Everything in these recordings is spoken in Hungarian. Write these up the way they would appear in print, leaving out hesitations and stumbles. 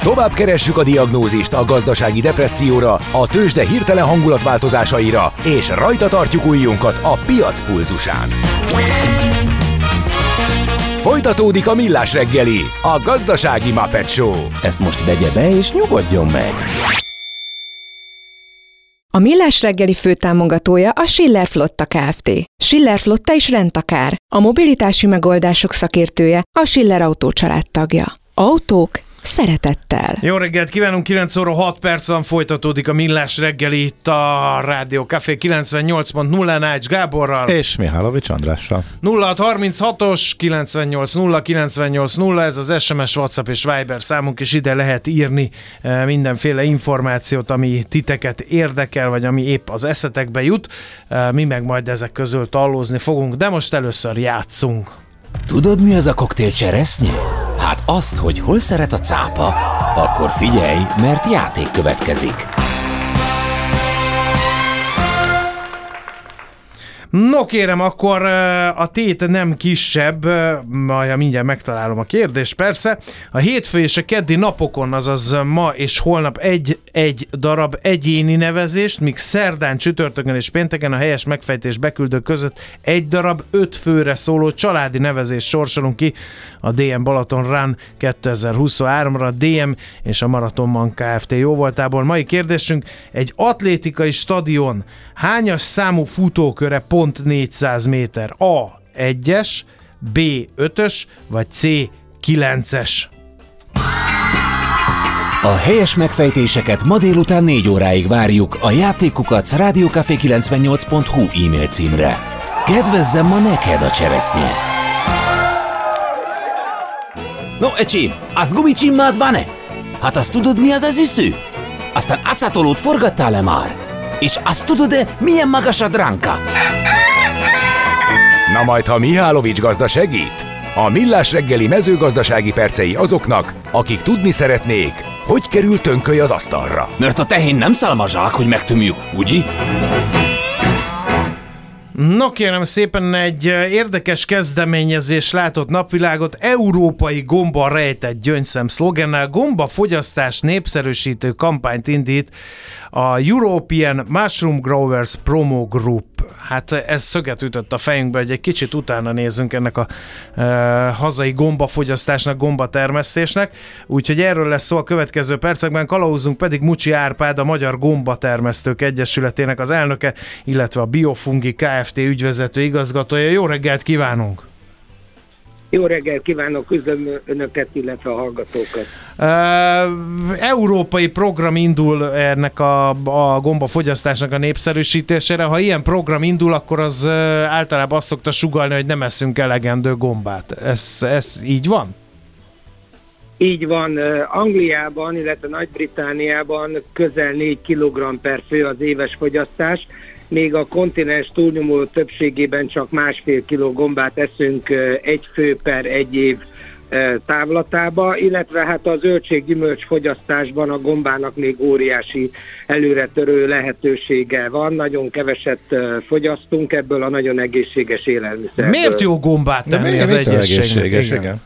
Tovább keressük a diagnózist a gazdasági depresszióra, a tőzsde hirtelen hangulatváltozásaira, és rajta tartjuk ujjunkat a piac pulzusán. Folytatódik a Millás reggeli, a gazdasági Muppet Show. Ezt most vegye be és nyugodjon meg! A Millás reggeli főtámogatója a Schiller Flotta Kft. Schiller Flotta is rendtakár. A mobilitási megoldások szakértője, a Schiller Autó család tagja. Autók szeretettel. Jó reggelt kívánunk, 9 óra 6 perc van, folytatódik a Millás reggeli itt a Rádió Café 98.0 Nács Gáborral. És Mihálovics Andrással. 0636-os 98.0 ez az SMS, WhatsApp és Viber számunk, és ide lehet írni mindenféle információt, ami titeket érdekel, vagy ami épp az eszetekbe jut. Mi meg majd ezek közül tallózni fogunk, de most először játszunk. Tudod, mi az a koktél cseresznye? Hát azt, hogy hol szeret a cápa, akkor figyelj, mert játék következik. No kérem, akkor a tét nem kisebb, majd mindjárt megtalálom a kérdést, persze. A hétfő és a keddi napokon, azaz ma és holnap egy darab egyéni nevezést, míg szerdán, csütörtökön és pénteken a helyes megfejtés beküldők között egy darab 5 főre szóló családi nevezést sorsolunk ki a DM Balaton Run 2023-ra, a DM és a Marathonman Kft. Jóvoltából. Mai kérdésünk: egy atlétikai stadion hányas számú futóköre pont 400 méter? A. 1-es, B. 5-ös, vagy C. 9-es? A helyes megfejtéseket ma délután 4 óráig várjuk a játékukac@radiocafé98.hu e-mail címre. Kedvezzem ma neked a cseresznye! No, ecsim, azt gumicsimmád van-e? Hát azt tudod, mi az üsző? Aztán acatolót forgattál-e már? És azt tudod-e, milyen magas a dránka? Na majd, ha Mihálovics gazda segít? A Millás reggeli mezőgazdasági percei azoknak, akik tudni szeretnék, hogy kerül tönköly az asztalra. Mert a tehén nem szálmazsák, hogy megtömjük, ugye? No kérem szépen, egy érdekes kezdeményezés látott napvilágot. Európai gomba rejtett gyöngyszem szlogennel gombafogyasztás népszerűsítő kampányt indít a European Mushroom Growers Promo Group. Hát ez szöget ütött a fejünkbe, hogy egy kicsit utána nézzünk ennek a hazai gombafogyasztásnak, gombatermesztésnek. Úgyhogy erről lesz szó a következő percekben, kalauzunk pedig Mucsi Árpád, a Magyar Gombatermesztők Egyesületének az elnöke, illetve a Biofungi Kft. Ügyvezető igazgatója. Jó reggelt kívánunk! Jó reggelt kívánok, üdvözlöm Önöket, illetve a hallgatókat. Európai program indul ennek a gombafogyasztásnak a népszerűsítésére. Ha ilyen program indul, akkor az általában azt szokta sugallni, hogy nem eszünk elegendő gombát. Ez így van? Így van. Angliában, illetve Nagy-Britanniában közel 4 kg per fő az éves fogyasztás, még a kontinens túlnyomó többségében csak 1,5 kg gombát eszünk egy fő per egy év távlatába, illetve hát a zöldség-gyümölcs fogyasztásban a gombának még óriási előretörő lehetősége van. Nagyon keveset fogyasztunk ebből a nagyon egészséges élelmiszerből. Miért jó gombát tenni az egészségnek? Igen.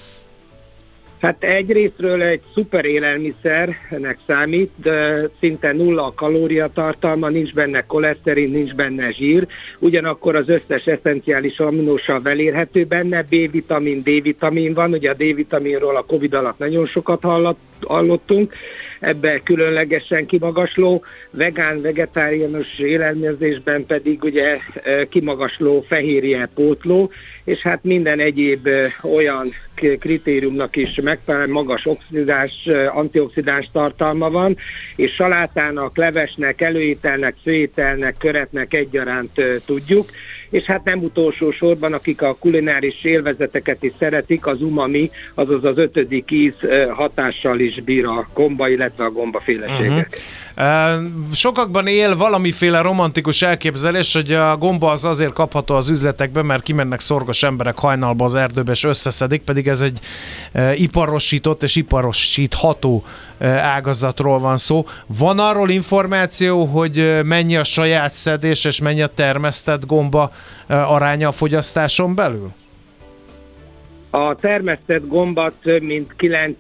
Hát egyrésztről egy szuper élelmiszernek számít, de szinte nulla a kalóriatartalma, nincs benne koleszterin, nincs benne zsír, ugyanakkor az összes eszenciális aminosav elérhető benne, B-vitamin, D-vitamin van, ugye a D-vitaminról a Covid alatt nagyon sokat hallottunk, ebbe különlegesen kimagasló, vegán-vegetáriánus élelmezésben pedig ugye kimagasló fehérje pótló, és hát minden egyéb olyan kritériumnak is megfelelően magas antioxidáns tartalma van, és salátának, levesnek, előételnek, főételnek, köretnek egyaránt tudjuk, és hát nem utolsó sorban, akik a kulináris élvezeteket is szeretik, az umami, azaz az 5. íz hatással is bír a gomba, illetve a gombaféleségek. Sokakban él valamiféle romantikus elképzelés, hogy a gomba az azért kapható az üzletekben, mert kimennek szorgos emberek hajnalba az erdőbe és összeszedik, pedig ez egy iparosított és iparosítható ágazatról van szó. Van arról információ, hogy mennyi a saját szedés és mennyi a termesztett gomba aránya a fogyasztáson belül? A termesztett gomba több mint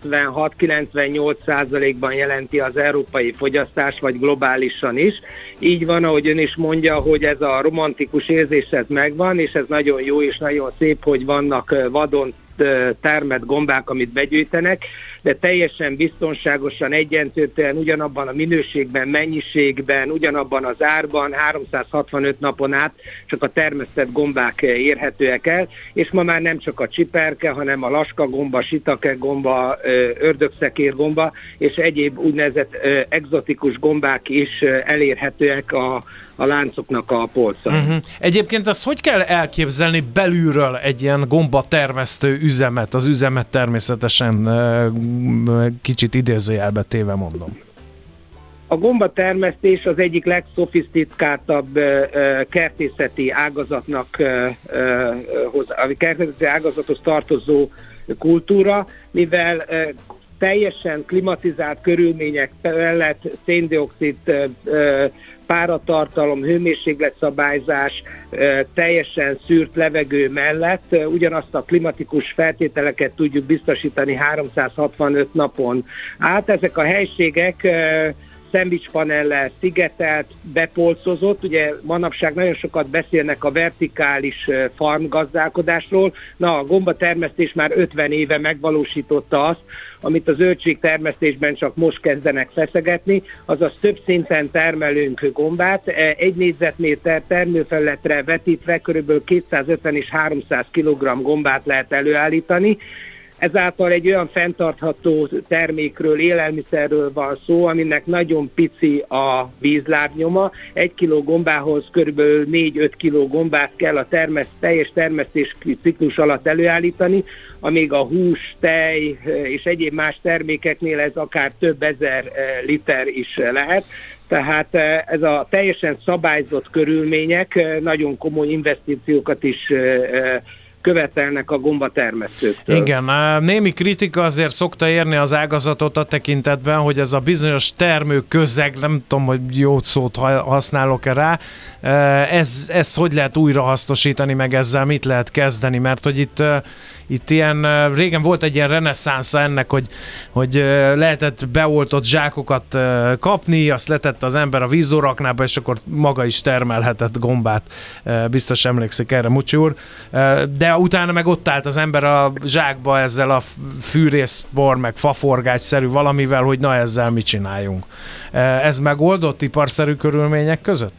96-98%-ban jelenti az európai fogyasztás, vagy globálisan is. Így van, ahogy ön is mondja, hogy ez a romantikus érzés ez megvan, és ez nagyon jó és nagyon szép, hogy vannak vadon termett gombák, amit begyűjtenek, de teljesen biztonságosan, egyentőtően ugyanabban a minőségben, mennyiségben, ugyanabban az árban, 365 napon át csak a termesztett gombák érhetőek el, és ma már nem csak a csiperke, hanem a laskagomba, shiitake gomba, ördögszekérgomba és egyéb úgynevezett egzotikus gombák is elérhetőek a láncoknak a polcon. Uh-huh. Egyébként azt hogy kell elképzelni belülről egy ilyen gombatermesztő üzemet? Az üzemet természetesen kicsit idézőjelbe téve mondom. A gombatermesztés az egyik legszofisztikáltabb kertészeti ágazatnak, a kertészeti ágazathoz tartozó kultúra, mivel teljesen klimatizált körülmények mellett széndioxid páratartalom, hőmérsékletszabályzás, teljesen szűrt levegő mellett ugyanazt a klimatikus feltételeket tudjuk biztosítani 365 napon át. Ezek a helységek szendvicspanellel szigetelt, bepolcozott, ugye manapság nagyon sokat beszélnek a vertikális farmgazdálkodásról, a gombatermesztés már 50 éve megvalósította azt, amit a zöldségtermesztésben csak most kezdenek feszegetni, azaz több szinten termelünk gombát, 1 négyzetméter termőfelületre vetítve kb. 250 és 300 kg gombát lehet előállítani. Ezáltal egy olyan fenntartható termékről, élelmiszerről van szó, aminek nagyon pici a vízlábnyoma. 1 kg gombához kb. 4-5 kg gombát kell a teljes termesztés ciklus alatt előállítani, amíg a hús, tej és egyéb más termékeknél ez akár több ezer liter is lehet. Tehát ez a teljesen szabályzott körülmények nagyon komoly investíciókat is követelnek a gombatermesztőktől. Igen, némi kritika azért szokta érni az ágazatot a tekintetben, hogy ez a bizonyos termőközeg, nem tudom, hogy jó szót használok-e rá, ez hogy lehet újrahasznosítani, meg ezzel mit lehet kezdeni, mert hogy itt ilyen, régen volt egy ilyen reneszánsza ennek, hogy lehetett beoltott zsákokat kapni, azt letett az ember a vízóraknába, és akkor maga is termelhetett gombát. Biztos emlékszik erre, Mucsi úr. De utána meg ott állt az ember a zsákba ezzel a fűrészbor, meg faforgácsszerű valamivel, hogy na ezzel mit csináljunk. Ez megoldott iparszerű körülmények között?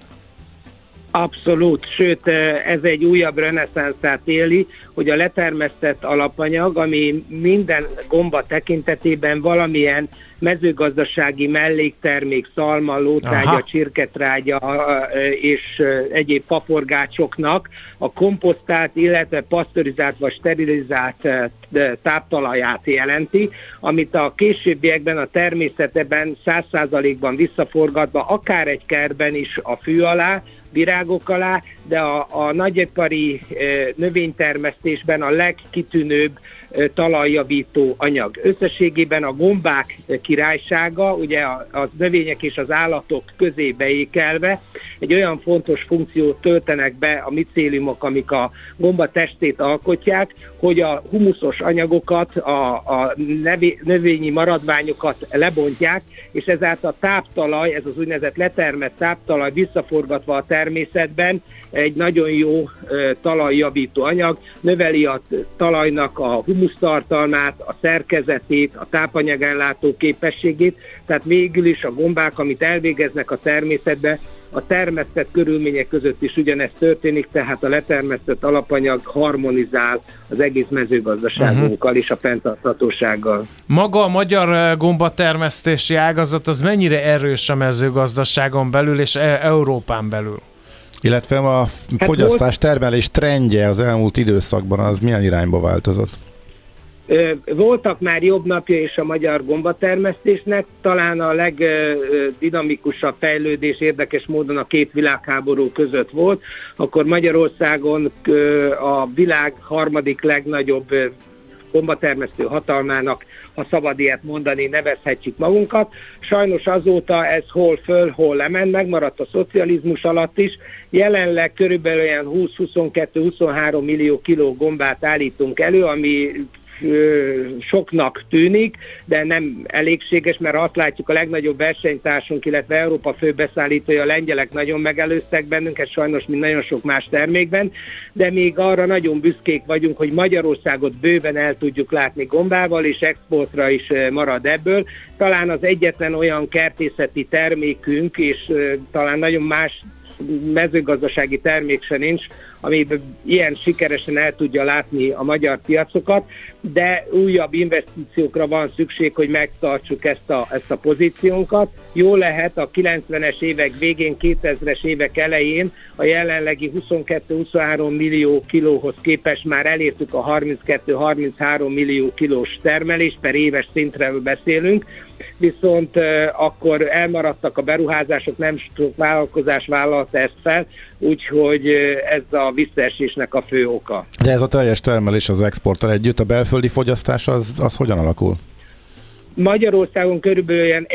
Abszolút, sőt ez egy újabb reneszánszát éli, hogy a letermesztett alapanyag, ami minden gomba tekintetében valamilyen mezőgazdasági melléktermék, szalma, lótrágya, csirketrágya és egyéb faforgácsoknak a komposztált, illetve pasztörizált vagy sterilizált táptalaját jelenti, amit a későbbiekben a természetben 100%-ban visszaforgatva, akár egy kertben is a fű alá, virágok alá, de a nagyipari növénytermesztésben a legkitűnőbb talajjavító anyag. Összességében a gombák királysága, ugye a növények és az állatok közé beékelve egy olyan fontos funkciót töltenek be a micéliumok, amik a gomba testét alkotják, hogy a humuszos anyagokat, a növényi maradványokat lebontják, és ezáltal a táptalaj, ez az úgynevezett letermett táptalaj visszaforgatva a természetben egy nagyon jó talajjavító anyag, növeli a talajnak a humusztartalmát, a szerkezetét, a tápanyagellátó képességét, tehát végül is a gombák, amit elvégeznek a természetben, a termesztett körülmények között is ugyanezt történik, tehát a letermesztett alapanyag harmonizál az egész mezőgazdaságunkkal és a fenntarthatósággal. Maga a magyar gombatermesztési ágazat az mennyire erős a mezőgazdaságon belül és Európán belül? Illetve a fogyasztás termelés trendje az elmúlt időszakban az milyen irányba változott? Voltak már jobb napja is a magyar gombatermesztésnek, talán a legdinamikusabb fejlődés érdekes módon a két világháború között volt, akkor Magyarországon a világ harmadik legnagyobb gombatermesztő hatalmának, ha szabad ilyet mondani, nevezhetjük magunkat. Sajnos azóta ez hol föl, hol lement, megmaradt a szocializmus alatt is. Jelenleg körülbelül olyan 20-22-23 millió kiló gombát állítunk elő, ami soknak tűnik, de nem elégséges, mert azt látjuk, a legnagyobb versenytársunk, illetve Európa főbeszállítója, a lengyelek nagyon megelőztek bennünket, sajnos, mint nagyon sok más termékben, de még arra nagyon büszkék vagyunk, hogy Magyarországot bőven el tudjuk látni gombával, és exportra is marad ebből. Talán az egyetlen olyan kertészeti termékünk, és talán nagyon más mezőgazdasági termék se nincs, amiben ilyen sikeresen el tudja látni a magyar piacokat, de újabb investíciókra van szükség, hogy megtartsuk ezt a pozíciónkat. Jó lehet, a 90-es évek végén, 2000-es évek elején a jelenlegi 22-23 millió kilóhoz képest már elértük a 32-33 millió kilós termelést, per éves szintről beszélünk, viszont akkor elmaradtak a beruházások, nem sok vállalkozás vállalta ezt fel, úgyhogy ez a visszaesésnek a fő oka. De ez a teljes termelés az exporttal együtt, a belföldi fogyasztás az hogyan alakul? Magyarországon körülbelül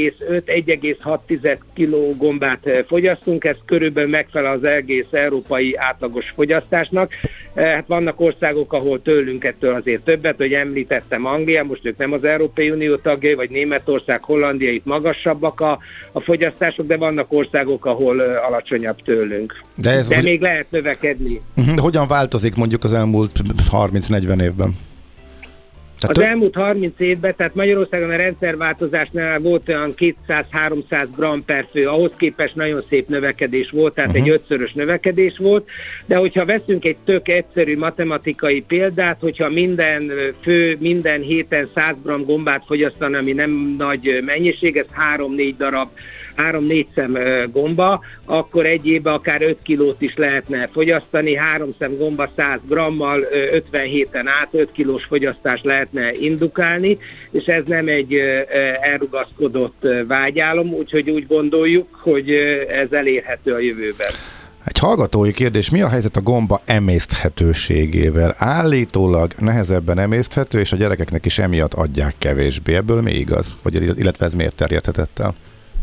1,5-1,6 kiló gombát fogyasztunk, ez körülbelül megfelel az egész európai átlagos fogyasztásnak. Hát vannak országok, ahol tőlünk ettől azért többet, hogy említettem Anglia, most ők nem az Európai Unió tagjai, vagy Németország, Hollandia, itt magasabbak a fogyasztások, de vannak országok, ahol alacsonyabb tőlünk. De még lehet növekedni. Hogyan változik mondjuk az elmúlt 30-40 évben? Az elmúlt 30 évben, tehát Magyarországon a rendszerváltozásnál volt olyan 200-300 gram per fő, ahhoz képest nagyon szép növekedés volt, tehát egy 5-szörös növekedés volt, de hogyha veszünk egy tök egyszerű matematikai példát, hogyha minden fő minden héten 100 gram gombát fogyasztana, ami nem nagy mennyiség, ez 3-4 darab, 3-4 szem gomba, akkor egy évben akár 5 kilót is lehetne fogyasztani, 3 szem gomba 100 grammal 50 héten át 5 kilós fogyasztást lehetne indukálni, és ez nem egy elrugaszkodott vágyálom, úgyhogy úgy gondoljuk, hogy ez elérhető a jövőben. Egy hallgatói kérdés, mi a helyzet a gomba emészthetőségével? Állítólag nehezebben emészthető, és a gyerekeknek is emiatt adják kevésbé. Ebből mi igaz? Vagy illetve ez miért terjedhetett el?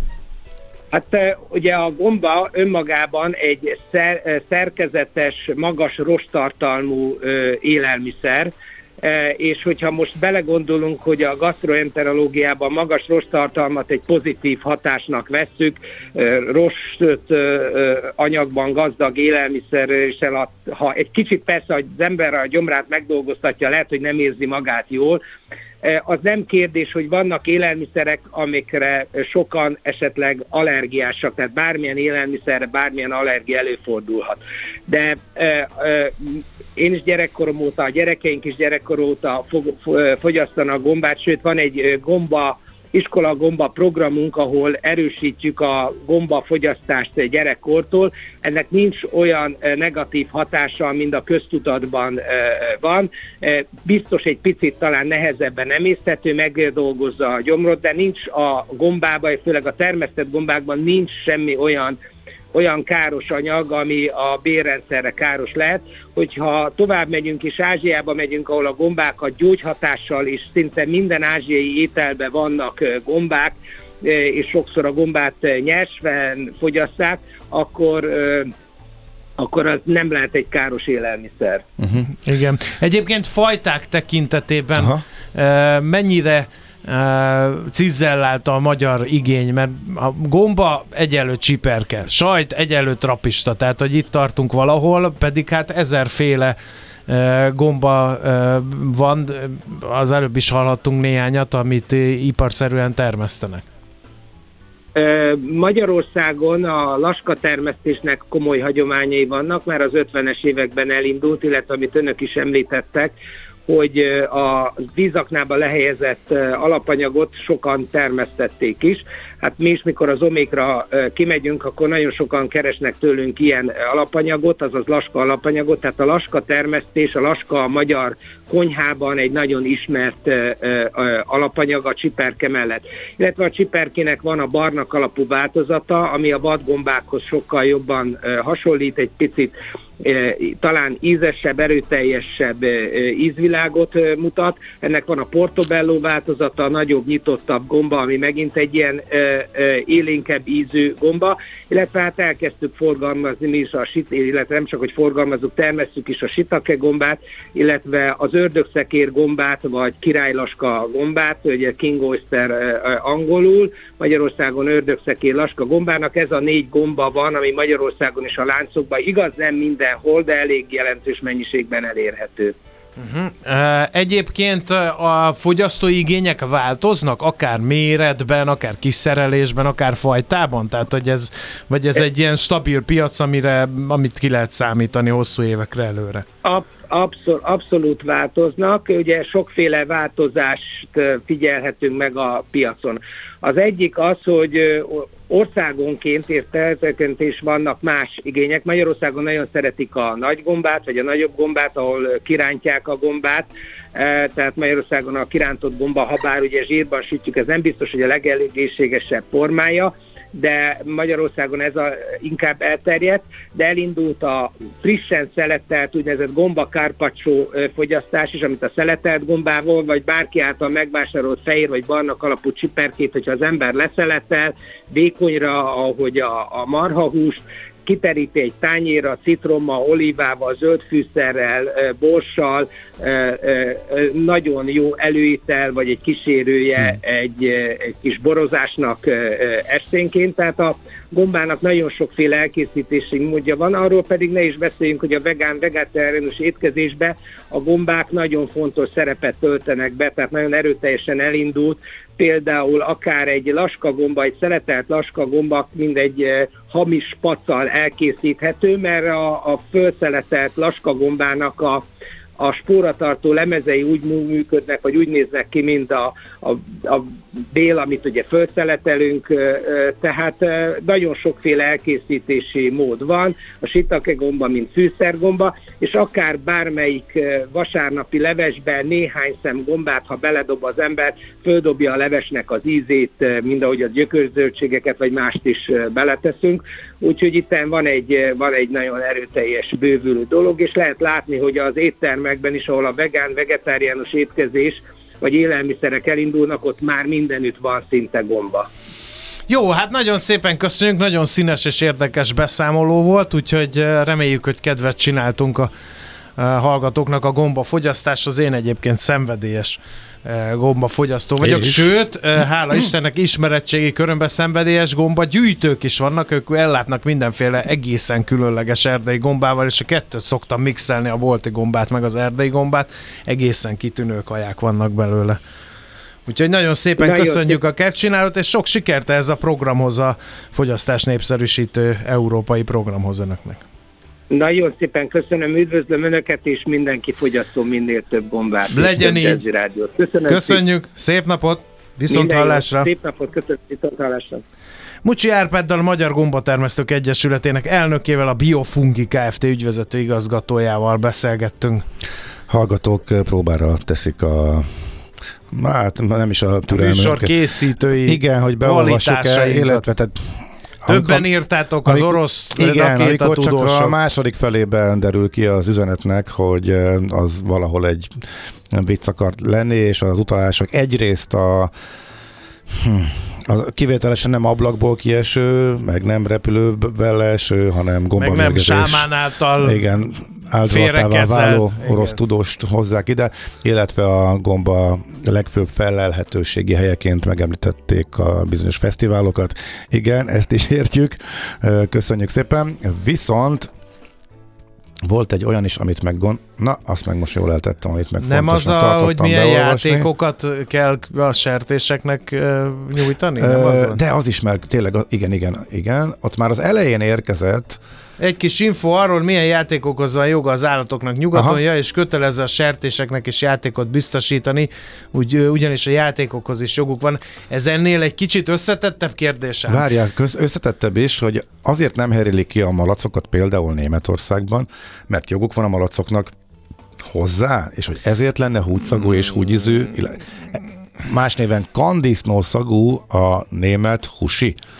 Hát ugye a gomba önmagában egy szerkezetes, magas rosttartalmú élelmiszer, és hogyha most belegondolunk, hogy a gastroenterológiában magas rosttartalmat egy pozitív hatásnak vesszük, rost anyagban gazdag élelmiszerrel, ha egy kicsit persze az ember a gyomrát megdolgoztatja, lehet, hogy nem érzi magát jól, az nem kérdés, hogy vannak élelmiszerek, amikre sokan esetleg allergiásak, tehát bármilyen élelmiszerre bármilyen allergia előfordulhat. De én is gyerekkorom óta, a gyerekeink is gyerekkor óta fogyasztanak gombát, sőt van egy iskola gomba programunk, ahol erősítjük a gomba fogyasztást gyerekkortól. Ennek nincs olyan negatív hatása, mint a köztudatban van. Biztos egy picit talán nehezebben emészthető, megdolgozza a gyomrot, de nincs a gombában, főleg a termesztett gombákban nincs semmi olyan káros anyag, ami a bélrendszerre káros lehet. Hogyha tovább megyünk és Ázsiába megyünk, ahol a gombákat gyógyhatással és szinte minden ázsiai ételben vannak gombák, és sokszor a gombát nyersven fogyasszák, akkor az nem lehet egy káros élelmiszer. Igen. Egyébként fajták tekintetében mennyire cizellálta a magyar igény, mert a gomba egyenlő csiperke, sajt egyenlő trapista, tehát hogy itt tartunk valahol, pedig hát ezerféle gomba van, az előbb is hallhattunk néhányat, amit iparszerűen termesztenek. Magyarországon a laskatermesztésnek komoly hagyományai vannak, már az 50-es években elindult, illetve amit önök is említettek, hogy a vízaknába lehelyezett alapanyagot sokan termesztették is. Hát mi is, mikor az Omékra kimegyünk, akkor nagyon sokan keresnek tőlünk ilyen alapanyagot, azaz laska alapanyagot, tehát a laska termesztés, a laska a magyar konyhában egy nagyon ismert alapanyag a csiperke mellett. Illetve a csiperkének van a barna alapú változata, ami a vadgombákhoz sokkal jobban hasonlít, egy picit talán ízesebb, erőteljesebb ízvilágot mutat. Ennek van a portobello változata, a nagyobb, nyitottabb gomba, ami megint egy ilyen élénkebb ízű gomba, illetve hát elkezdtük forgalmazni mi is illetve nem csak, hogy forgalmazzuk, termesszük is a shiitake gombát, illetve az ördögszekér gombát, vagy királylaska gombát, ugye King Oyster angolul, Magyarországon ördögszekér laska gombának. Ez a 4 gomba van, ami Magyarországon is a láncokban, igaz nem mindenhol, de elég jelentős mennyiségben elérhető. Egyébként a fogyasztói igények változnak, akár méretben, akár kiszerelésben, akár fajtában? Tehát, hogy ez egy ilyen stabil piac, amit ki lehet számítani hosszú évekre előre? Abszolút változnak, ugye sokféle változást figyelhetünk meg a piacon. Az egyik az, hogy országonként és területenként is vannak más igények. Magyarországon nagyon szeretik a nagy gombát, vagy a nagyobb gombát, ahol kirántják a gombát, tehát Magyarországon a kirántott gomba, ha bár ugye zsírban sütjük, ez nem biztos, hogy a legelégészségesebb formája, de Magyarországon ez inkább elterjedt, de elindult a frissen szeletelt, úgynevezett gomba carpaccio fogyasztás is, amit a szeletelt gombával, vagy bárki által megvásárolt fehér vagy barna alapú csiperkét, hogyha az ember leszeletel, vékonyra, ahogy a marhahúst, kiteríti egy tányérra, citrommal, olívával, zöld fűszerrel, borssal, nagyon jó előétel, vagy egy kísérője egy kis borozásnak esténként, tehát a gombának nagyon sokféle elkészítési módja van, arról pedig ne is beszéljünk, hogy a vegetariánus étkezésben a gombák nagyon fontos szerepet töltenek be, tehát nagyon erőteljesen elindult, például akár egy laskagomba, egy szeletelt laskagomba mindegy hamis paccal elkészíthető, mert a fölszeletelt laskagombának a spóratartó lemezei úgy működnek, vagy úgy néznek ki, mint a bél, amit ugye fölszeletelünk, tehát nagyon sokféle elkészítési mód van, a shiitake gomba, mint fűszergomba, és akár bármelyik vasárnapi levesbe néhány szem gombát, ha beledob az ember, földobja a levesnek az ízét, mind ahogy a gyökörzöldségeket, vagy mást is beleteszünk, úgyhogy itt van egy nagyon erőteljes bővülő dolog, és lehet látni, hogy az éttermekben is, ahol a vegetáriánus étkezés vagy élelmiszerek elindulnak, ott már mindenütt van szinte gomba. Jó, hát nagyon szépen köszönjük, nagyon színes és érdekes beszámoló volt, úgyhogy reméljük, hogy kedvet csináltunk a hallgatóknak a gombafogyasztáshoz. Én egyébként szenvedélyes gombafogyasztó vagyok, sőt, hála Istennek ismeretségi körömben szenvedélyes gombagyűjtők is vannak, ők ellátnak mindenféle egészen különleges erdei gombával, és a kettőt szoktam mixelni, a bolti gombát meg az erdei gombát, egészen kitűnő kaják vannak belőle. Úgyhogy nagyon szépen köszönjük a kedvcsinálót, és sok sikert ehhez a programhoz, a fogyasztás népszerűsítő európai programhoz önöknek. Nagyon szépen köszönöm, üdvözlöm Önöket, és mindenki fogyasszon minél több gombát. Legyen így. Köszönjük, szép napot, viszont hallásra. Szép napot, köszönöm, viszont hallásra. Mucsi Árpáddal, a Magyar Gombatermesztők Egyesületének elnökével, a Biofungi Kft. Ügyvezető igazgatójával beszélgettünk. Hallgatók próbára teszik nem is a türelmünket. A műsor készítői. Igen, hogy beolvassuk el, illetve tehát többen írtátok az orosz rakétatudósok. Csak a második felében derül ki az üzenetnek, hogy az valahol egy vicc akart lenni, és az utalások egyrészt az kivételesen nem ablakból kieső, meg nem repülővel eső, hanem gombamérgezés. Meg nem sámán által áldozatává váló orosz tudóst hozzák ide, illetve a gomba legfőbb felelhetőségi helyeként megemlítették a bizonyos fesztiválokat. Igen, ezt is értjük. Köszönjük szépen. Viszont volt egy olyan is, amit azt meg most jól eltettem, amit meg nem fontosnak tartottam hogy milyen beolvasni. Játékokat kell a sertéseknek nyújtani? Nem az van? De az is, mert tényleg, igen. Ott már az elején érkezett egy kis info arról, milyen játékokhoz van joga az állatoknak nyugaton, és kötelező a sertéseknek is játékot biztosítani, ugyanis a játékokhoz is joguk van. Ez ennél egy kicsit összetettebb kérdésem? Várjál, összetettebb is, hogy azért nem herélik ki a malacokat például Németországban, mert joguk van a malacoknak hozzá, és hogy ezért lenne húgyszagú és húgyízű, más néven kandisznószagú a német husi.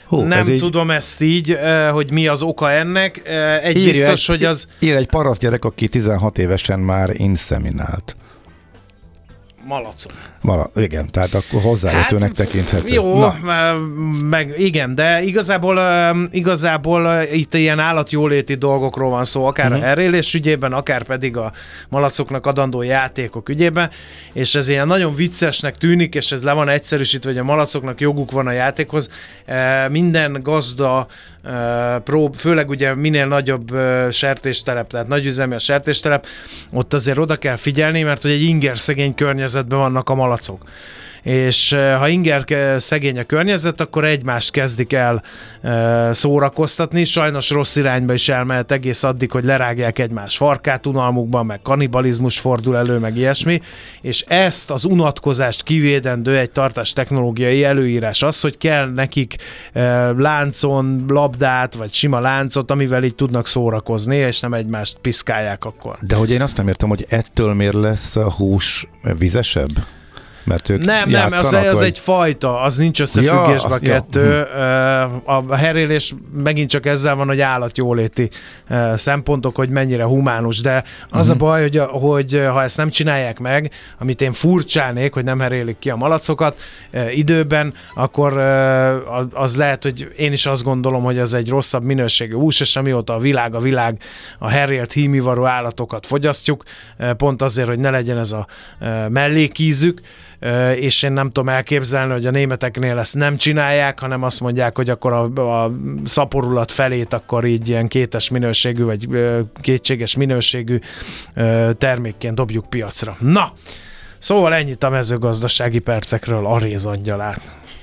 Nem tudom ezt így, hogy mi az oka ennek. Biztos, hogy az... Ír egy paraszt gyerek, aki 16 évesen már inszeminált. Malacok. Igen, tehát akkor hozzávetőnek tekinthető. Jó, meg igen, de igazából itt ilyen állatjóléti dolgokról van szó, akár a herélés ügyében, akár pedig a malacoknak adandó játékok ügyében, és ez ilyen nagyon viccesnek tűnik, és ez le van egyszerűsítve, hogy a malacoknak joguk van a játékhoz. Minden gazda főleg ugye minél nagyobb sertéstelep, tehát nagyüzemi a sertéstelep, ott azért oda kell figyelni, mert hogy egy inger szegény környezetben vannak a malacok. És ha inger szegény a környezet, akkor egymást kezdik el szórakoztatni, sajnos rossz irányba is elmehet egész addig, hogy lerágják egymás farkát unalmukban, meg kannibalizmus fordul elő, meg ilyesmi, és ezt az unatkozást kivédendő egy tartás technológiai előírás az, hogy kell nekik láncon labdát, vagy sima láncot, amivel így tudnak szórakozni, és nem egymást piszkálják akkor. De hogy én azt nem értem, hogy ettől miért lesz a hús vizesebb? Mert ők nem, az egy fajta, az nincs összefüggésben a kettő. A herélés megint csak ezzel van, hogy állatjóléti szempontok, hogy mennyire humánus, de az a baj, hogy ha ezt nem csinálják meg, amit én furcsánék, hogy nem herélik ki a malacokat időben, akkor az lehet, hogy én is azt gondolom, hogy ez egy rosszabb minőségű hús, és amióta a világ a herélt hímivarú állatokat fogyasztjuk, pont azért, hogy ne legyen ez a mellékízük, és én nem tudom elképzelni, hogy a németeknél ezt nem csinálják, hanem azt mondják, hogy akkor a szaporulat felét akkor így ilyen kétes minőségű, vagy kétséges minőségű termékként dobjuk piacra. Na, szóval ennyit a mezőgazdasági percekről, a rézangyalát.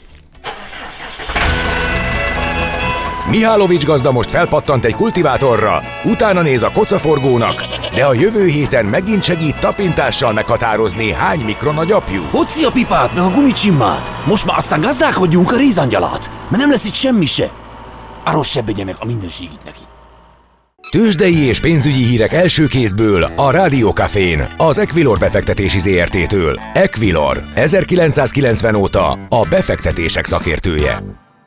Mihálovics gazda most felpattant egy kultivátorra, utána néz a kocaforgónak, de a jövő héten megint segít tapintással meghatározni, hány mikron a gyapjú. Hoci a pipát, meg a gumicsimmát! Most már aztán gazdálkodjunk a rézangyalát, mert nem lesz itt semmi se. Arról se begye meg a mindenségit neki. Tőzsdei és pénzügyi hírek első kézből a Rádió Cafén, az Equilor befektetési ZRT-től. Equilor, 1990 óta a befektetések szakértője.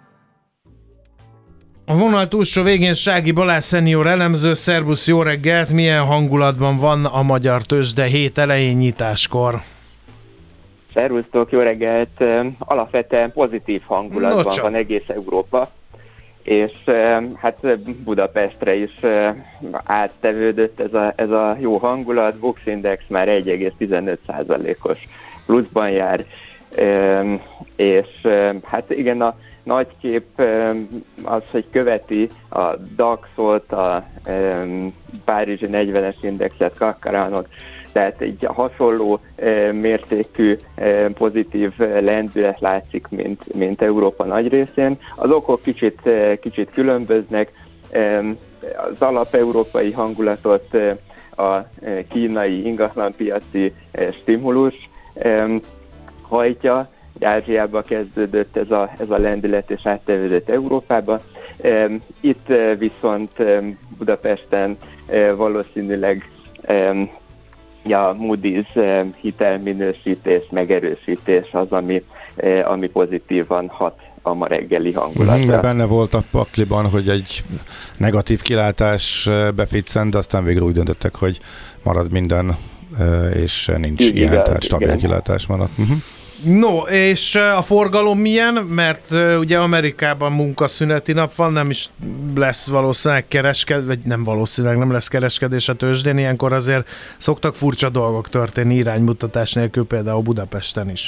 A vonal túlsó végén Sági Balázs szenior elemző, szervusz, jó reggelt! Milyen hangulatban van a magyar tőzsde hét elején nyitáskor? Szervusztok, jó reggelt! Alapvetően pozitív hangulatban van egész Európa, és hát Budapestre is áttevődött ez a jó hangulat. Bux Index már 1,15%-os pluszban jár, és hát igen, a nagy kép az, hogy követi a DAX-ot, a Párizsi 40-es indexet, Kakkaranot, tehát egy hasonló mértékű pozitív lendület látszik, mint Európa nagy részén. Az okok kicsit különböznek. Az alap-európai hangulatot a kínai ingatlanpiaci stimulus hajtja. Ázsiába kezdődött ez a lendület, és áttevődött Európába. Itt viszont Budapesten valószínűleg a Moody's hitelminősítés, megerősítés az, ami pozitívan hat a ma reggeli hangulatra. Benne volt a pakliban, hogy egy negatív kilátás beficcent, de aztán végül úgy döntöttek, hogy marad minden, és nincs ilyen, tehát stabil kilátás maradt. No, és a forgalom milyen? Mert ugye Amerikában munkaszüneti nap van, nem is lesz valószínűleg vagy nem lesz kereskedés a tőzsdén, ilyenkor azért szoktak furcsa dolgok történni iránymutatás nélkül, például Budapesten is.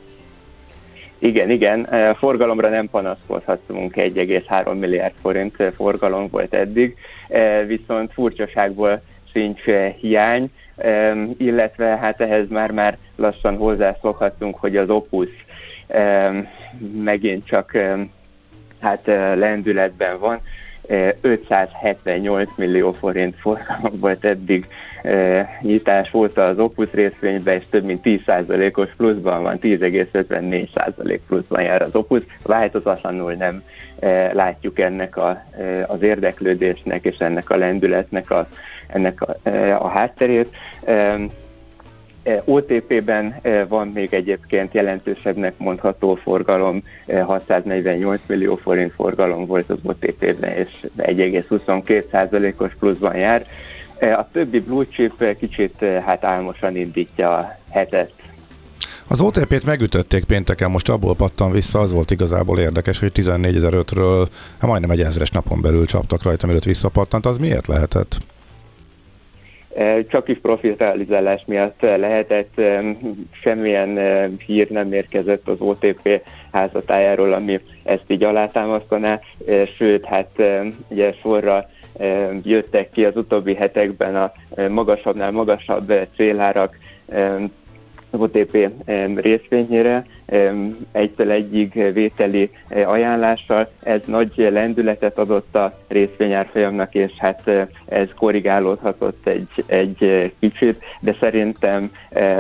Igen, forgalomra nem panaszkodhatunk, 1,3 milliárd forint forgalom volt eddig, viszont furcsaságból sincs hiány, illetve hát ehhez már lassan hozzászokhatunk, hogy az Opus megint csak lendületben van. 578 millió forint forgalom volt eddig nyitás óta az Opus részvényben, és több mint 10%-os pluszban van, 10,54% pluszban jár az Opus. Változatlanul nem látjuk ennek az érdeklődésnek és ennek a lendületnek a hátterét. OTP-ben van még egyébként jelentősebbnek mondható forgalom, 648 millió forint forgalom volt az OTP-ben, és 1,22%-os pluszban jár. A többi blue chip kicsit álmosan indítja a hetet. Az OTP-t megütötték pénteken, most abból pattan vissza, az volt igazából érdekes, hogy 14.500-ről majdnem egy 1000-es napon belül csaptak rajta, mielőtt visszapattant. Az miért lehetett? Csak is profitrealizálás miatt lehetett, semmilyen hír nem érkezett az OTP házatájáról, ami ezt így alátámasztaná, sőt, ugye sorra jöttek ki az utóbbi hetekben a magasabbnál magasabb célárak OTP részvényére, 1-1 vételi ajánlással. Ez nagy lendületet adott a részvényárfolyamnak, és ez korrigálódhatott egy kicsit, de szerintem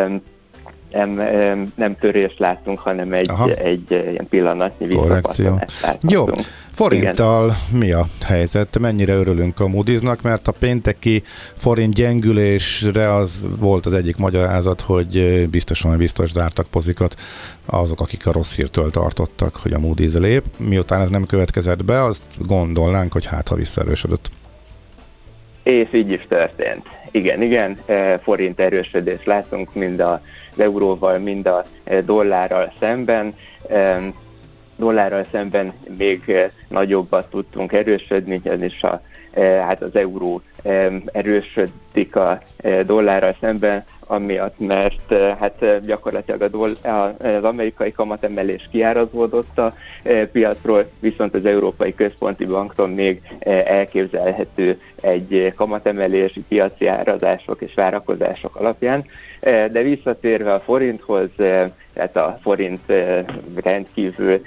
nem törést láttunk, hanem egy ilyen pillanatnyi visszapattanást láttunk. Jó, forinttal mi a helyzet? Mennyire örülünk a Moody's-nak, mert a pénteki forint gyengülésre az volt az egyik magyarázat, hogy biztos zártak pozikat azok, akik a rossz hírtől tartottak, hogy a Moody's lép. Miután ez nem következett be, azt gondolnánk, hogy ha visszaerősödött. És így is történt. Igen, forint erősödést látunk mind az euróval, mind a dollárral szemben. Dollárral szemben még nagyobbat tudtunk erősödni, és az euró erősödik a dollárral szemben, amiatt, mert gyakorlatilag az amerikai kamatemelés kiárazódott a piacról, viszont az Európai Központi Banktól még elképzelhető egy kamatemelés piaci árazások és várakozások alapján. De visszatérve a forinthoz, tehát a forint rendkívül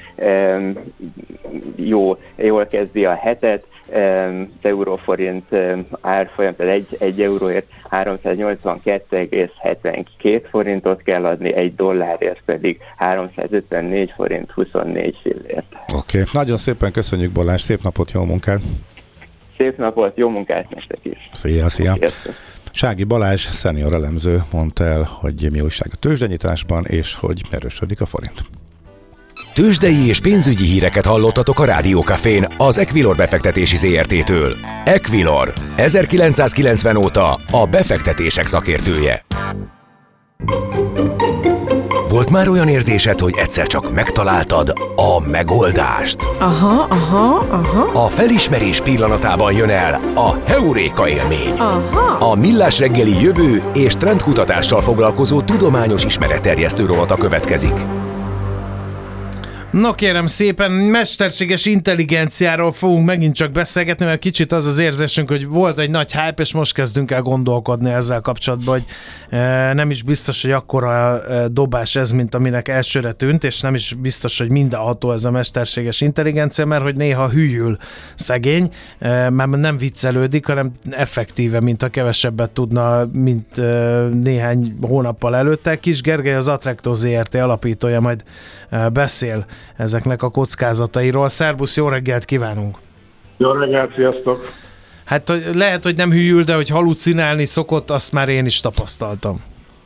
jól kezdi a hetet, az euróforint árfolyam, tehát 1 euróért 382,72 forintot kell adni, 1 dollárért pedig 354 forint 24 fillért. Oké. Nagyon szépen köszönjük, Balázs, szép napot, jó munkát! Szép napot, jó munkát nektek is! Szia! Sági Balázs, szenior elemző mondta el, hogy mi újság a tőzsdenyításban, és hogy erősödik a forint. Tőzsdei és pénzügyi híreket hallottatok a Rádió Cafén az Equilor befektetési ZRT-től. Equilor, 1990 óta a befektetések szakértője. Volt már olyan érzésed, hogy egyszer csak megtaláltad a megoldást? Aha. A felismerés pillanatában jön el a heuréka élmény. Aha. A Millás reggeli jövő és trendkutatással foglalkozó tudományos ismeretterjesztő rovata következik. No kérem szépen, mesterséges intelligenciáról fogunk megint csak beszélgetni, mert kicsit az az érzésünk, hogy volt egy nagy hype, és most kezdünk el gondolkodni ezzel kapcsolatban, hogy nem is biztos, hogy akkora dobás ez, mint aminek elsőre tűnt, és nem is biztos, hogy mindenható ez a mesterséges intelligencia, mert hogy néha hűl szegény, mert nem viccelődik, hanem effektíve, mint a kevesebbet tudna, mint néhány hónappal előtte. Kis Gergely, az Attracto ZRT alapítója, majd beszél ezeknek a kockázatairól. Szerbusz, jó reggelt kívánunk! Jó reggelt, sziasztok! Hát lehet, hogy nem hűl, de hogy halucinálni szokott, azt már én is tapasztaltam.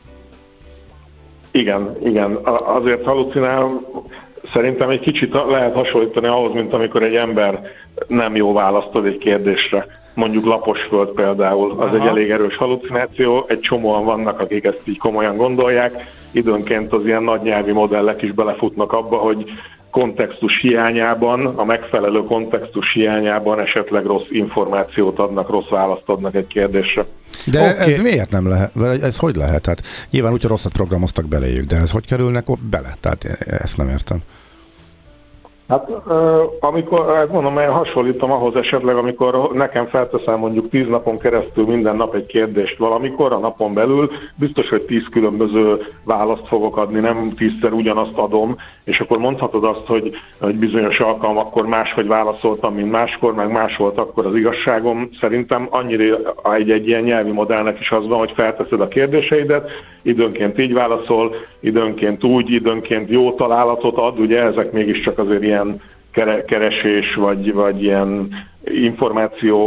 Igen. Azért halucinál, szerintem egy kicsit lehet hasonlítani ahhoz, mint amikor egy ember nem jó választod egy kérdésre. Mondjuk Laposföld például, az egy elég erős halucináció, egy csomóan vannak, akik ezt így komolyan gondolják, időnként az ilyen nagy nyelvi modellek is belefutnak abba, hogy kontextus hiányában, a megfelelő kontextus hiányában esetleg rossz információt adnak, rossz választ adnak egy kérdésre. De ez miért nem lehet? Ez hogy lehet? Hát nyilván úgy, hogy rosszat programoztak beléjük, de ez hogy kerülnek bele? Tehát ezt nem értem. Hát amikor, mondom, én hasonlítom ahhoz esetleg, amikor nekem felteszem mondjuk 10 napon keresztül minden nap egy kérdést valamikor, a napon belül, biztos, hogy 10 különböző választ fogok adni, nem 10-szer ugyanazt adom, és akkor mondhatod azt, hogy bizonyos alkalmakkor máshogy válaszoltam, mint máskor, meg más volt akkor az igazságom. Szerintem annyira egy ilyen nyelvi modellnek is az van, hogy felteszed a kérdéseidet, időnként így válaszol, időnként úgy, időnként jó találatot ad, ugye ezek mégiscsak azért ilyen keresés, vagy ilyen információ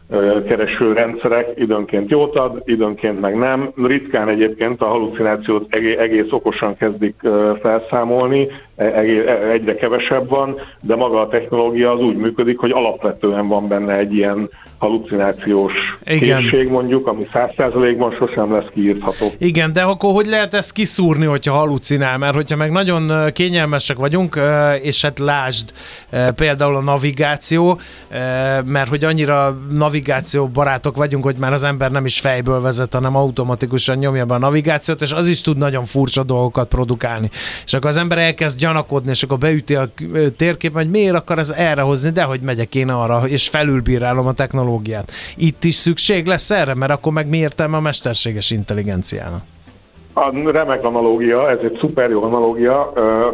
keresőrendszerek, időnként jót ad, időnként meg nem. Ritkán egyébként a halucinációt egész okosan kezdik felszámolni, egyre kevesebb van, de maga a technológia az úgy működik, hogy alapvetően van benne egy ilyen halucinációs készség mondjuk, ami 100%-ban sosem lesz kiírtható. Igen, de akkor hogy lehet ezt kiszúrni, hogyha halucinál? Mert hogyha meg nagyon kényelmesek vagyunk, és hát lásd például a navigáció, mert hogy annyira navigáció barátok vagyunk, hogy már az ember nem is fejből vezet, hanem automatikusan nyomja be a navigációt, és az is tud nagyon furcsa dolgokat produkálni. És akkor az ember elkezd gyanakodni, és akkor beüti a térképen, hogy miért akar ez erre hozni, de hogy megyek én arra, és felülbírálom a technológiát. Itt is szükség lesz erre, mert akkor meg mi értelme a mesterséges intelligenciának? Remek analógia, ez egy szuper jó analógia,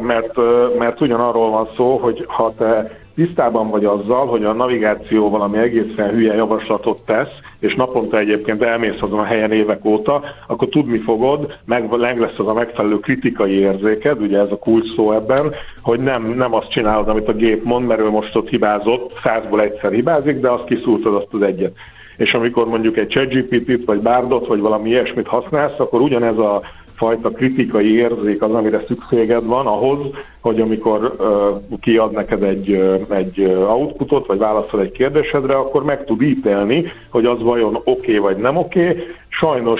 mert ugyanarról van szó, hogy ha te tisztában vagy azzal, hogy a navigáció valami egészen hülye javaslatot tesz, és naponta egyébként elmész azon a helyen évek óta, akkor tudni fogod, meg lesz az a megfelelő kritikai érzéked, ugye ez a kulcs szó ebben, hogy nem azt csinálod, amit a gép mond, mert ő most ott hibázott, 100-ból egyszer hibázik, de azt kiszúrtad azt az egyet. És amikor mondjuk egy ChatGPT-t, vagy Bardot, vagy valami ilyesmit használsz, akkor ugyanez a fajta kritikai érzék az, amire szükséged van ahhoz, hogy amikor kiad neked egy outputot, vagy válaszol egy kérdésedre, akkor meg tud ítélni, hogy az vajon oké vagy nem oké. Sajnos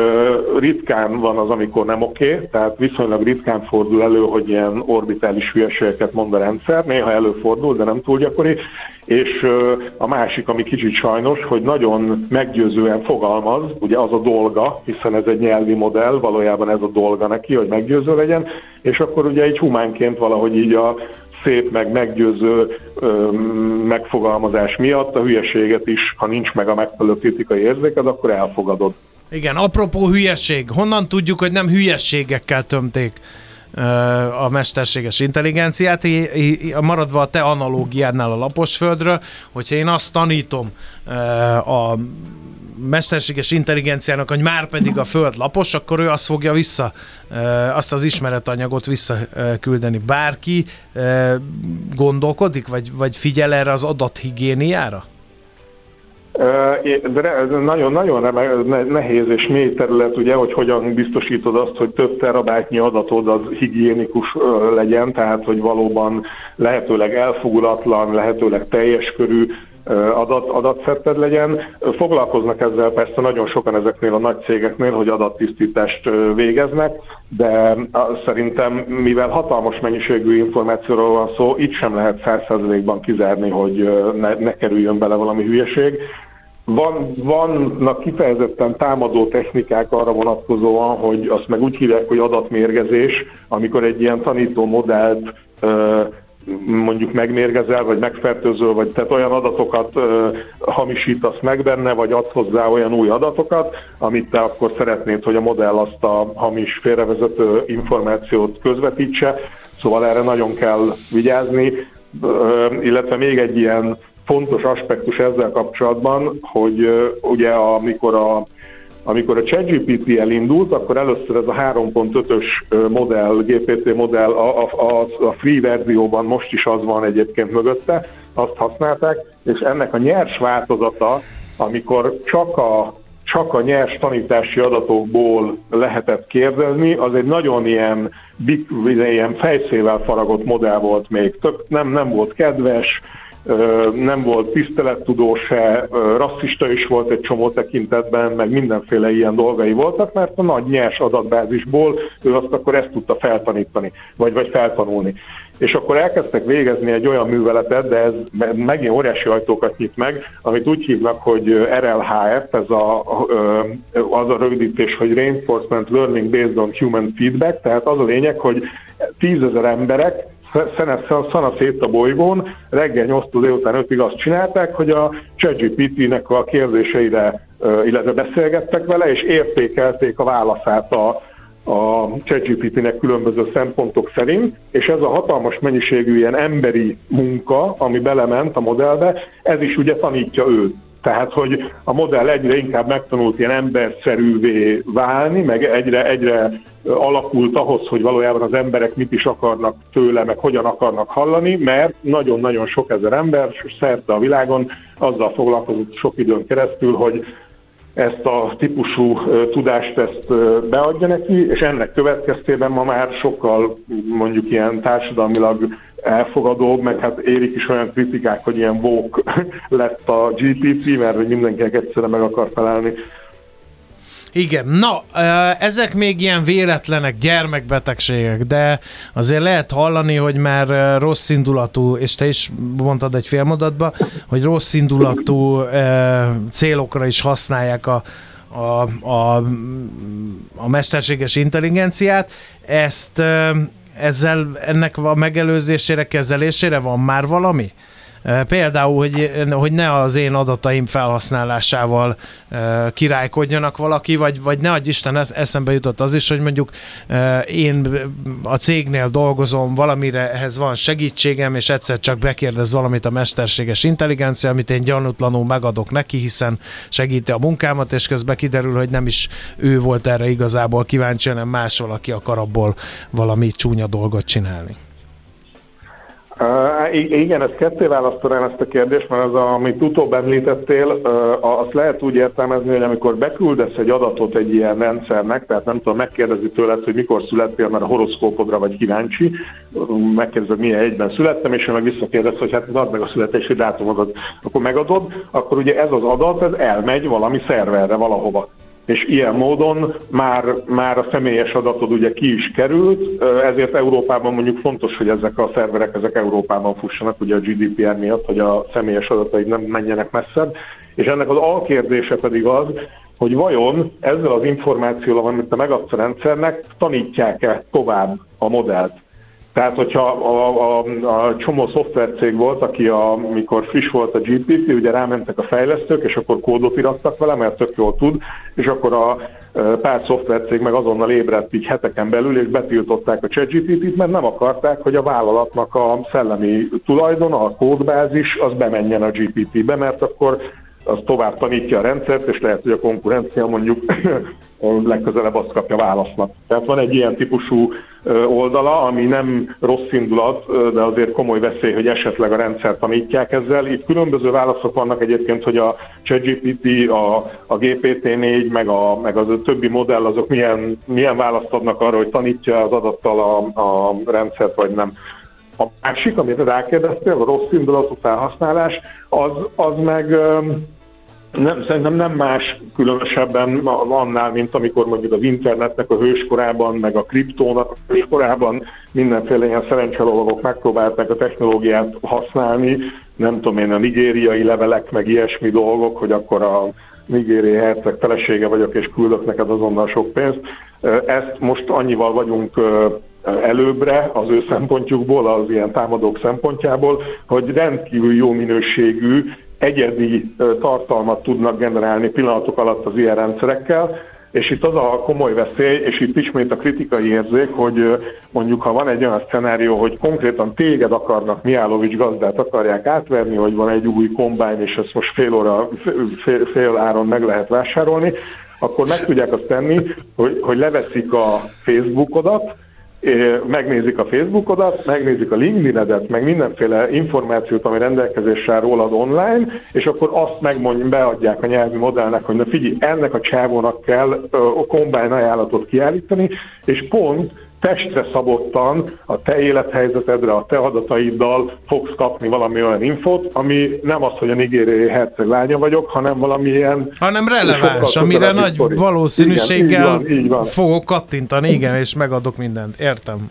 ritkán van az, amikor nem oké, tehát viszonylag ritkán fordul elő, hogy ilyen orbitális hülyeségeket mond a rendszer, néha előfordul, de nem túl gyakori. És a másik, ami kicsit sajnos, hogy nagyon meggyőzően fogalmaz, ugye az a dolga, hiszen ez egy nyelvi modell, valójában ez a dolga neki, hogy meggyőző legyen, és akkor ugye egy humánként valahogy így a szép, meg meggyőző megfogalmazás miatt a hülyeséget is, ha nincs meg a megfelelő kritikai érzéked, akkor elfogadod. Igen, apropó hülyeség, honnan tudjuk, hogy nem hülyességekkel tömték a mesterséges intelligenciát, maradva a te analógiádnál a laposföldről, hogyha én azt tanítom a mesterséges intelligenciának, hogy már pedig a föld lapos, akkor ő azt fogja azt az ismeretanyagot visszaküldeni. Bárki gondolkodik, vagy figyel erre az adathigiéniára? De nagyon nehéz és mély terület, ugye, hogy hogyan biztosítod azt, hogy több terabájtnyi adatod az higiénikus legyen, tehát hogy valóban lehetőleg elfogulatlan, lehetőleg teljes körű adatszetted legyen. Foglalkoznak ezzel persze nagyon sokan ezeknél a nagy cégeknél, hogy adattisztítást végeznek, de szerintem, mivel hatalmas mennyiségű információról van szó, itt sem lehet 100%-ban kizárni, hogy ne kerüljön bele valami hülyeség. Vannak kifejezetten támadó technikák arra vonatkozóan, hogy azt meg úgy hívják, hogy adatmérgezés, amikor egy ilyen tanító modellt mondjuk megmérgezel, vagy megfertőzöl, vagy tehát olyan adatokat hamisítasz meg benne, vagy adsz hozzá olyan új adatokat, amit te akkor szeretnéd, hogy a modell azt a hamis, félrevezető információt közvetítse. Szóval erre nagyon kell vigyázni, illetve még egy ilyen fontos aspektus ezzel kapcsolatban, hogy ugye amikor a ChatGPT elindult, akkor először ez a 3.5-ös modell, GPT modell a free verzióban most is az van egyébként mögötte, azt használták, és ennek a nyers változata, amikor csak a nyers tanítási adatokból lehetett kérdezni, az egy nagyon ilyen fejszével faragott modell volt még. Nem volt kedves, nem volt tisztelettudó se, rasszista is volt egy csomó tekintetben, meg mindenféle ilyen dolgai voltak, mert a nagy nyers adatbázisból ő azt akkor ezt tudta feltanítani, vagy feltanulni. És akkor elkezdtek végezni egy olyan műveletet, de ez megint óriási ajtókat nyit meg, amit úgy hívnak, hogy RLHF, ez az a rövidítés, hogy Reinforcement Learning Based on Human Feedback, tehát az a lényeg, hogy 10 000 emberek szana szét a bolygón, reggel 8-tól délután 5-ig azt csinálták, hogy a ChatGPT-nek a kérdéseire, illetve beszélgettek vele, és értékelték a válaszát a ChatGPT-nek különböző szempontok szerint, és ez a hatalmas mennyiségű ilyen emberi munka, ami belement a modellbe, ez is ugye tanítja őt. Tehát, hogy a modell egyre inkább megtanult ilyen emberszerűvé válni, meg egyre alakult ahhoz, hogy valójában az emberek mit is akarnak tőle, meg hogyan akarnak hallani, mert nagyon-nagyon sok ezer ember szerte a világon azzal foglalkozott sok időn keresztül, hogy ezt a típusú tudást ezt beadja neki, és ennek következtében ma már sokkal mondjuk ilyen társadalmilag elfogadóbb, meg hát érik is olyan kritikák, hogy ilyen woke lett a GPT, mert hogy mindenkinek egyszerre meg akar felelni. Igen, na, ezek még ilyen véletlenek, gyermekbetegségek, de azért lehet hallani, hogy már rossz indulatú, és te is mondtad egy félmondatban, hogy rossz indulatú célokra is használják a mesterséges intelligenciát. Ennek a megelőzésére, kezelésére van már valami? Például, hogy ne az én adataim felhasználásával királykodjanak valaki, vagy ne adj Isten, eszembe jutott az is, hogy mondjuk én a cégnél dolgozom, valamire ehhez van segítségem, és egyszer csak bekérdez valamit a mesterséges intelligencia, amit én gyanútlanul megadok neki, hiszen segíti a munkámat, és közben kiderül, hogy nem is ő volt erre igazából kíváncsi, hanem más valaki akar abból valami csúnya dolgot csinálni. Igen, ezt ketté választanám ezt a kérdést, mert az, amit utóbb említettél, azt lehet úgy értelmezni, hogy amikor beküldesz egy adatot egy ilyen rendszernek, tehát nem tudom, megkérdezi tőled, hogy mikor születtél, mert a horoszkópodra vagy kíváncsi, megkérdezed, milyen egyben születtem, és ő meg visszakérdez, hogy hát add meg a születési dátumodat, akkor megadod, akkor ugye ez az adat, ez elmegy valami szerverre valahova. És ilyen módon már a személyes adatod ugye ki is került, ezért Európában mondjuk fontos, hogy ezek a szerverek ezek Európában fussanak, ugye a GDPR miatt, hogy a személyes adataid nem menjenek messzebb, és ennek az alkérdése pedig az, hogy vajon ezzel az információval, amit te megadsz a rendszernek, tanítják-e tovább a modellt. Tehát, hogyha a csomó szoftvercég volt, amikor friss volt a GPT, ugye rámentek a fejlesztők, és akkor kódot irattak vele, mert tök jól tud, és akkor a pár szoftvercég meg azonnal ébredt így heteken belül, és betiltották a ChatGPT-t, mert nem akarták, hogy a vállalatnak a szellemi tulajdona, a kódbázis, az bemenjen a GPT-be, mert akkor az tovább tanítja a rendszert, és lehet, hogy a konkurencia mondjuk legközelebb azt kapja válasznak. Tehát van egy ilyen típusú oldala, ami nem rossz indulat, de azért komoly veszély, hogy esetleg a rendszer tanítják ezzel. Itt különböző válaszok vannak egyébként, hogy a ChatGPT, a GPT-4, meg az többi modell, azok milyen választ adnak arra, hogy tanítja az adattal a rendszert, vagy nem. A másik, amit rákérdeztél, a rossz indulatú felhasználás, az meg szerintem nem más különösebben annál, mint amikor mondjuk az internetnek a hőskorában, meg a kriptónak a hőskorában mindenféle ilyen szerencselovagok megpróbálták a technológiát használni, nem tudom én, a nigériai levelek, meg ilyesmi dolgok, hogy akkor a nigériai herceg felesége vagyok, és küldök neked azonnal sok pénzt. Ezt most annyival vagyunk előbbre az ő szempontjukból, az ilyen támadók szempontjából, hogy rendkívül jó minőségű, egyedi tartalmat tudnak generálni pillanatok alatt az ilyen rendszerekkel, és itt az a komoly veszély, és itt ismét a kritikai érzék, hogy mondjuk ha van egy olyan szenárió, hogy konkrétan téged akarnak, Mijálovics gazdát akarják átverni, hogy van egy új kombány, és ezt most fél áron meg lehet vásárolni, akkor meg tudják azt tenni, hogy leveszik a Facebookodat, megnézik a Facebookodat, megnézik a LinkedIn-edet, meg mindenféle információt, ami rendelkezésre rólad online, és akkor azt beadják a nyelvi modellnek, hogy na figyelj, ennek a csávónak kell a kombány ajánlatot kiállítani, és pont testre szabottan a te élethelyzetedre, a te adataiddal fogsz kapni valami olyan infót, ami nem az, hogy a nigériai herceg lánya vagyok, hanem valamilyen... Hanem releváns, amire nagy valószínűséggel igen, így van. Fogok kattintani, igen, és megadok mindent. Értem.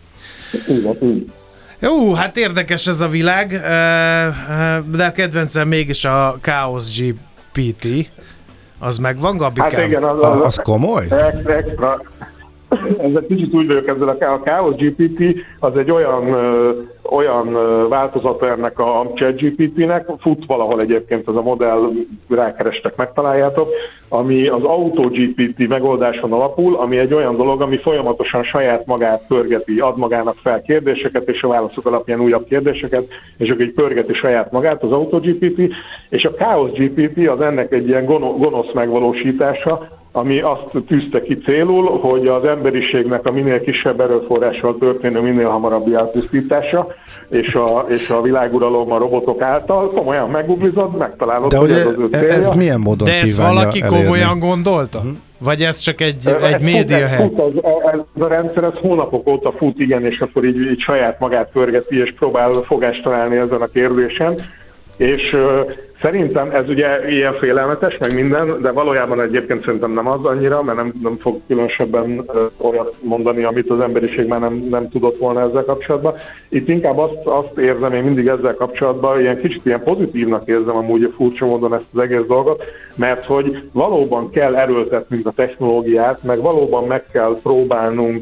Így. Jó, hát érdekes ez a világ, de a kedvencem mégis a Chaos GPT. Az megvan, Gabikám? Hát igen, az komoly? ezzel kicsit úgy vagyok ezzel a Chaos GPT, az egy olyan változata ennek a ChatGPT-nek, fut valahol egyébként ez a modell, rákerestek, megtaláljátok, ami az AutoGPT megoldáson alapul, ami egy olyan dolog, ami folyamatosan saját magát pörgeti, ad magának fel kérdéseket, és a válaszok alapján újabb kérdéseket, és akkor így pörgeti saját magát az AutoGPT, és a Chaos GPT az ennek egy ilyen gonosz megvalósítása, ami azt tűzte ki célul, hogy az emberiségnek a minél kisebb erőforrással történő, minél hamarabbi elpusztítása, és a világuralom a robotok által, komolyan meggooglizod, megtalálod, de hogy ez az ő célja. Ez milyen módon de ezt kívánja valaki elérni? komolyan gondolta? Vagy ez csak egy média hely? Ez a rendszer ez hónapok óta fut, igen, és akkor így saját magát pörgeti, és próbál fogást találni ezen a kérdésen. És szerintem ez ugye ilyen félelmetes, meg minden, de valójában egyébként szerintem nem az annyira, mert nem fog különösebben olyat mondani, amit az emberiség már nem tudott volna ezzel kapcsolatban. Itt inkább azt érzem én mindig ezzel kapcsolatban, kicsit ilyen pozitívnak érzem amúgy furcsa módon ezt az egész dolgot, mert hogy valóban kell erőltetnünk a technológiát, meg valóban meg kell próbálnunk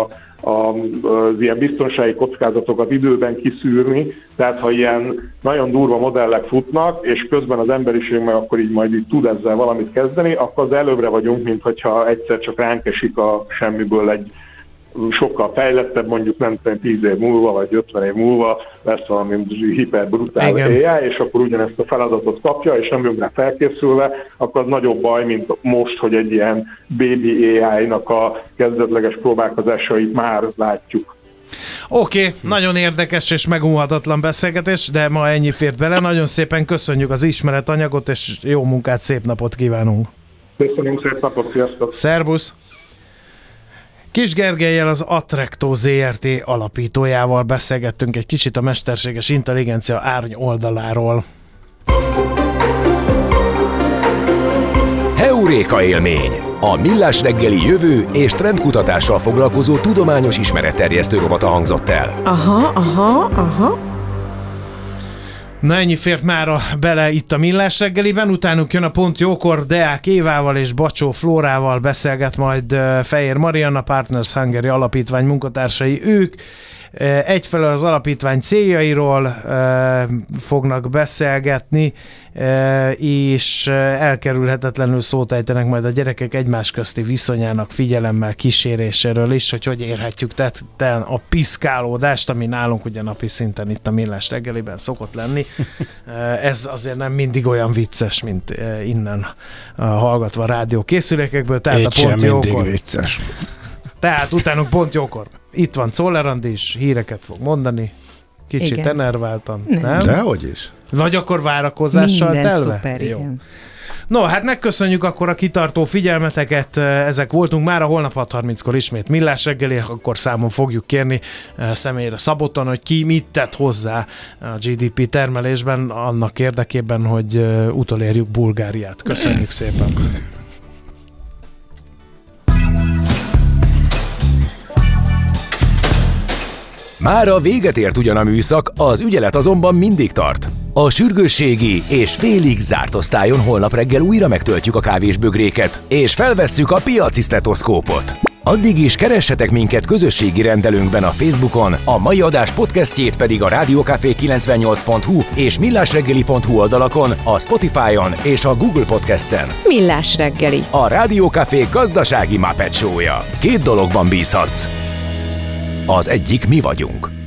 az ilyen biztonsági kockázatokat időben kiszűrni, tehát ha ilyen nagyon durva modellek futnak, és közben az emberiség meg akkor így majd így tud ezzel valamit kezdeni, akkor az előbbre vagyunk, mint hogyha egyszer csak ránk esik a semmiből egy sokkal fejlettebb, mondjuk nem tudom, 10 év múlva, vagy 50 év múlva lesz valami hiperbrutál AI, és akkor ugyanezt a feladatot kapja, és nem jön rá felkészülve, akkor az nagyobb baj, mint most, hogy egy ilyen baby AI-nak a kezdetleges próbálkozásait már látjuk. Oké, nagyon érdekes és megunhatatlan beszélgetés, de ma ennyi fért bele. Nagyon szépen köszönjük az ismeretanyagot, és jó munkát, szép napot kívánunk! Köszönjük, szép napot, sziasztok! Szervusz! Kis Gergellyel, az Attrecto ZRT alapítójával beszélgettünk egy kicsit a mesterséges intelligencia árny oldaláról. Heuréka élmény! A Millás reggeli jövő és trendkutatással foglalkozó tudományos ismeretterjesztő rovata hangzott el. Aha. Na ennyi fért mára bele itt a Millás reggeliben, utánuk jön a Pont Jókor, Deák Évával és Bacsó Flórával beszélget majd Fejér Marianna, Partners Hungary alapítvány munkatársai. Ők egyfelől az alapítvány céljairól fognak beszélgetni, és elkerülhetetlenül szót ejtenek majd a gyerekek egymás közti viszonyának figyelemmel kíséréséről is, hogy érhetjük tetten a piszkálódást, ami nálunk ugye napi szinten itt a Millás reggeliben szokott lenni. Ez azért nem mindig olyan vicces, mint innen hallgatva a rádió készülékekből. Tehát a Pont Jókor. Vicces. Tehát utánunk Pont Jókor. Itt van Czoller Andis, híreket fog mondani, kicsit enerváltan, nem? Dehogy is. Vagy akkor várakozással minden telve? Szuper, jó. igen. No, hát megköszönjük akkor a kitartó figyelmeteket, ezek voltunk már a holnap 6:30-kor ismét Millás reggeli, akkor számon fogjuk kérni személyre szabottan, hogy ki mit tett hozzá a GDP termelésben annak érdekében, hogy utolérjük Bulgáriát. Köszönjük szépen! Mára véget ért ugyan a műszak, az ügyelet azonban mindig tart. A sürgősségi és félig zárt osztályon holnap reggel újra megtöltjük a kávésbögréket, és felvesszük a piaci sztetoszkópot. Addig is keressetek minket közösségi rendelőnkben a Facebookon, a mai adás podcastjét pedig a radiocafé98.hu és millásreggeli.hu oldalakon, a Spotify-on és a Google Podcast-en. Millás reggeli. A Rádió Café gazdasági Muppet Show-ja. 2 dologban bízhatsz. Az egyik mi vagyunk.